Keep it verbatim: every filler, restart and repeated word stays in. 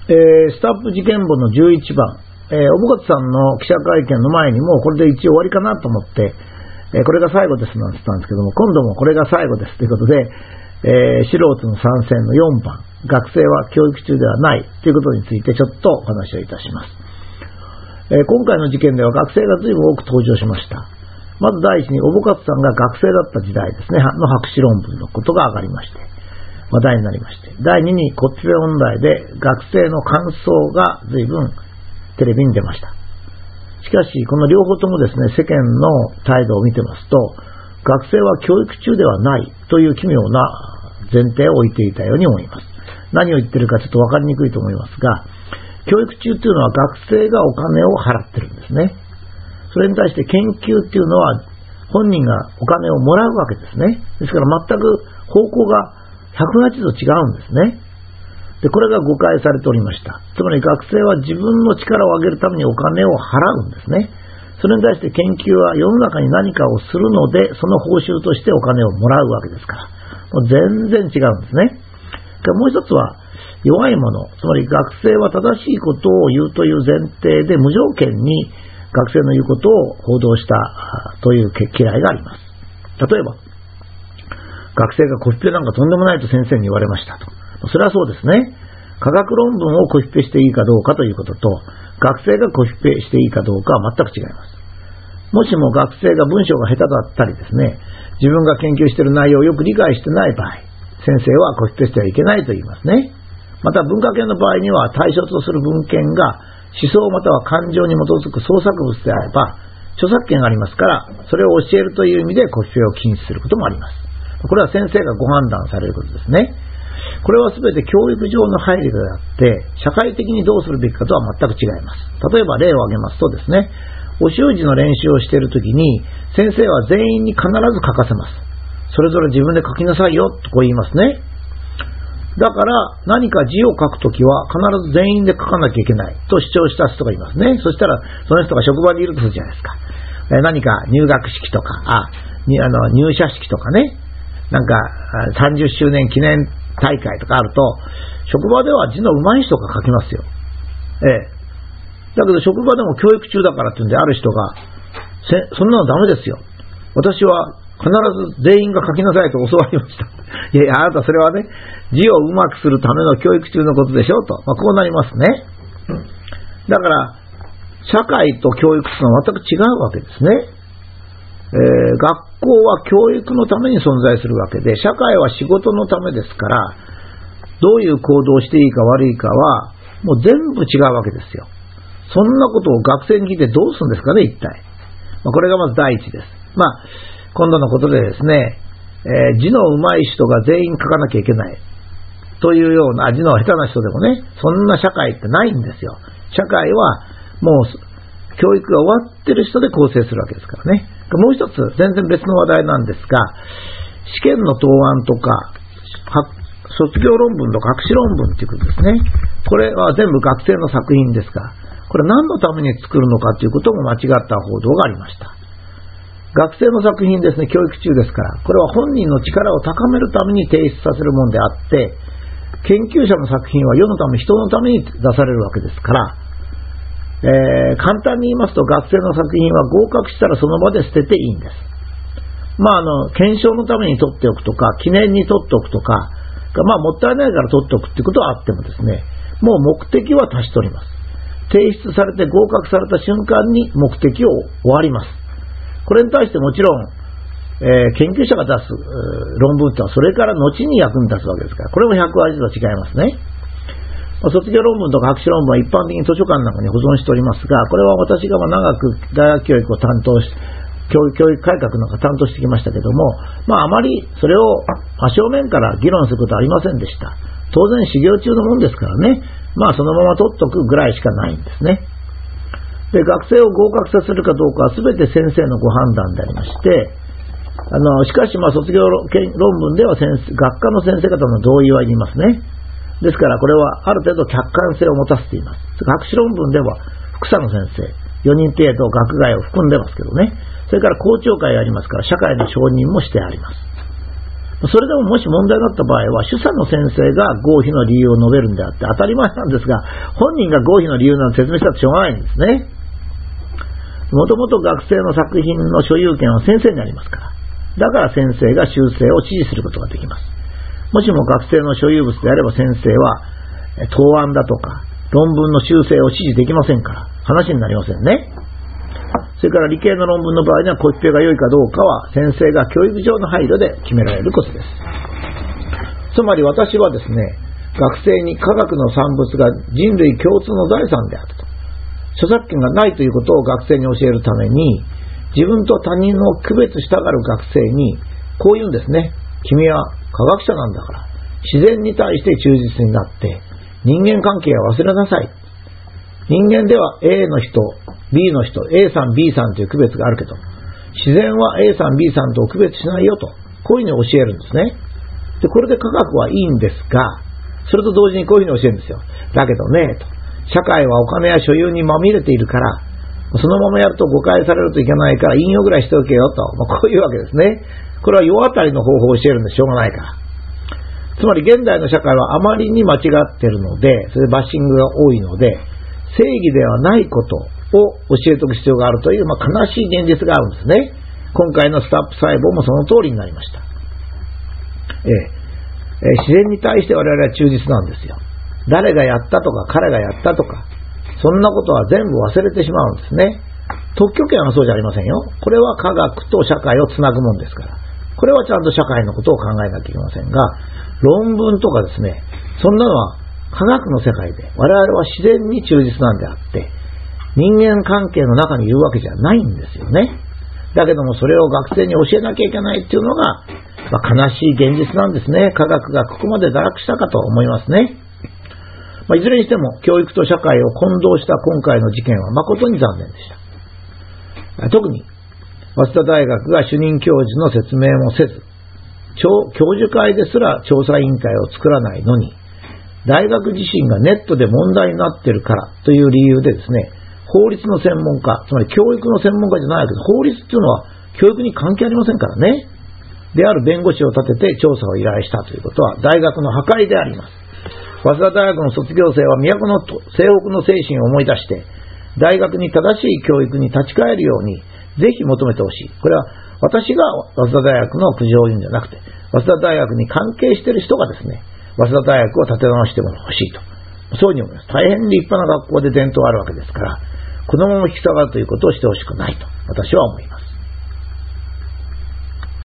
えー、スタッフ事件簿のじゅういちばん、えー、おぼかつさんの記者会見の前にもこれで一応終わりかなと思って、えー、これが最後ですなんて言ったんですけども、今度もこれが最後ですということで、えー、素人の参戦のよんばん、学生は教育中ではないということについてちょっとお話をいたします。えー、今回の事件では学生が随分多く登場しました。まず第一におぼかつさんが学生だった時代ですね、の博士論文のことが上がりまして、話題になりまして、第二にコピペ問題で学生の感想が随分テレビに出ました。しかしこの両方ともですね、世間の態度を見てますと、学生は教育中ではないという奇妙な前提を置いていたように思います。何を言ってるかちょっと分かりにくいと思いますが、教育中というのは学生がお金を払ってるんですね。それに対して研究っていうのは本人がお金をもらうわけですね。ですから全く方向がひゃくはちど違うんですね。で、これが誤解されておりました。つまり学生は自分の力を上げるためにお金を払うんですね。それに対して研究は世の中に何かをするので、その報酬としてお金をもらうわけですから、もう全然違うんですね。もう一つは弱いもの、つまり学生は正しいことを言うという前提で無条件に学生の言うことを報道したという嫌いがあります。例えば学生がコピペなんかとんでもないと先生に言われましたと。それはそうですね。科学論文をコピペしていいかどうかということと、学生がコピペしていいかどうかは全く違います。もしも学生が文章が下手だったりですね、自分が研究している内容をよく理解してない場合、先生はコピペしてはいけないと言いますね。また文化系の場合には対象とする文献が思想または感情に基づく創作物であれば著作権がありますから、それを教えるという意味でコピペを禁止することもあります。これは先生がご判断されることですね。これは全て教育上の配慮であって、社会的にどうするべきかとは全く違います。例えば例を挙げますとですね、お習字の練習をしているときに先生は全員に必ず書かせます。それぞれ自分で書きなさいよとこう言いますね。だから何か字を書くときは必ず全員で書かなきゃいけないと主張した人がいますね。そしたらその人が職場にいるとするじゃないですか。え何か入学式とかあにあの入社式とかね、なんかさんじゅっしゅうねん記念大会とかあると職場では字の上手い人が書きますよ。ええ。だけど職場でも教育中だからっていうんである人がそんなのダメですよ。私は必ず全員が書きなさいと教わりました。いやいや、あなたそれはね、字をうまくするための教育中のことでしょと、まあ、こうなりますね。だから社会と教育というのは全く違うわけですね。えー、学校は教育のために存在するわけで、社会は仕事のためですから、どういう行動をしていいか悪いかはもう全部違うわけですよ。そんなことを学生に聞いてどうするんですかね、一体。まあ、これがまず第一です。まあ今度のことでですね、えー、字の上手い人が全員書かなきゃいけないというような、字の下手な人でもね、そんな社会ってないんですよ。社会はもう教育が終わってる人で構成するわけですからね。もう一つ全然別の話題なんですが、試験の答案とか卒業論文とか博士論文ということですね。これは全部学生の作品ですが、これ何のために作るのかということも間違った報道がありました。学生の作品ですね、教育中ですから、これは本人の力を高めるために提出させるものであって、研究者の作品は世のため人のために出されるわけですから、えー、簡単に言いますと学生の作品は合格したらその場で捨てていいんです。まああの検証のために取っておくとか記念に取っておくとか、まあもったいないから取っておくっていうことはあってもですね、もう目的は達しております。提出されて合格された瞬間に目的を終わります。これに対してもちろん、えー、研究者が出す論文とはそれから後に役に立つわけですから、これもひゃくはちど違いますね。まあ、卒業論文とか博士論文は一般的に図書館なんかに保存しておりますが、これは私がまあ長く大学教育を担当し教育、教育改革なんか担当してきましたけども、まああまりそれを真正面から議論することはありませんでした。当然修行中のもんですからね、まあそのまま取っとくぐらいしかないんですね。で、学生を合格させるかどうかは全て先生のご判断でありまして、あのしかしまあ卒業論文では先生学科の先生方の同意はいりますね。ですからこれはある程度客観性を持たせています。博士論文では副査の先生よにん程度学外を含んでますけどね。それから校長会がありますから社会の承認もしてあります。 それでももし問題だった場合は、主査の先生が合否の理由を述べるんであって、当たり前なんですが、本人が合否の理由なんて説明したってしょうがないんですね。もともと学生の作品の所有権は先生にありますから。だから先生が修正を指示することができます。もしも学生の所有物であれば先生は、答案だとか、論文の修正を指示できませんから、話になりませんね。それから理系の論文の場合にはコピペが良いかどうかは先生が教育上の配慮で決められることです。つまり私はですね、学生に科学の産物が人類共通の財産であると、著作権がないということを学生に教えるために、自分と他人を区別したがる学生にこう言うんですね。君は科学者なんだから自然に対して忠実になって人間関係は忘れなさい。人間では A の人 B の人 A さん B さんという区別があるけど、自然は A さん B さんと区別しないよと、こういうふうに教えるんですね。でこれで科学はいいんですが、それと同時にこういうふうに教えるんですよ。だけどねと、社会はお金や所有にまみれているから、そのままやると誤解されるといけないから引用ぐらいしておけよと、まあ、こういうわけですね。これは世当たりの方法を教えるんでしょうがないから。つまり現代の社会はあまりに間違っているので、それでバッシングが多いので、正義ではないことを教えておく必要があるという、まあ、悲しい現実があるんですね。今回のスタップ細胞もその通りになりました。えええー、自然に対して我々は忠実なんですよ。誰がやったとか彼がやったとか、そんなことは全部忘れてしまうんですね。特許権はそうじゃありませんよ。これは科学と社会をつなぐもんですから、これはちゃんと社会のことを考えなきゃいけませんが、論文とかですね、そんなのは科学の世界で我々は自然に忠実なんであって、人間関係の中にいるわけじゃないんですよね。だけどもそれを学生に教えなきゃいけないっていうのが、まあ、悲しい現実なんですね。科学がここまで堕落したかと思いますね。まあ、いずれにしても教育と社会を混同した今回の事件は誠に残念でした。特に早稲田大学が主任教授の説明もせず、教授会ですら調査委員会を作らないのに、大学自身がネットで問題になっているからという理由でですね、法律の専門家、つまり教育の専門家じゃないけど、法律っていうのは教育に関係ありませんからね。である弁護士を立てて調査を依頼したということは大学の破壊であります。早稲田大学の卒業生は都の西北の精神を思い出して、大学に正しい教育に立ち返るようにぜひ求めてほしい。これは私が早稲田大学の苦情を言うんじゃなくて、早稲田大学に関係している人がですね、早稲田大学を立て直してもほしいと、そういうふうに思います。大変立派な学校で伝統あるわけですから、このまま引き下がるということをしてほしくないと私は思います。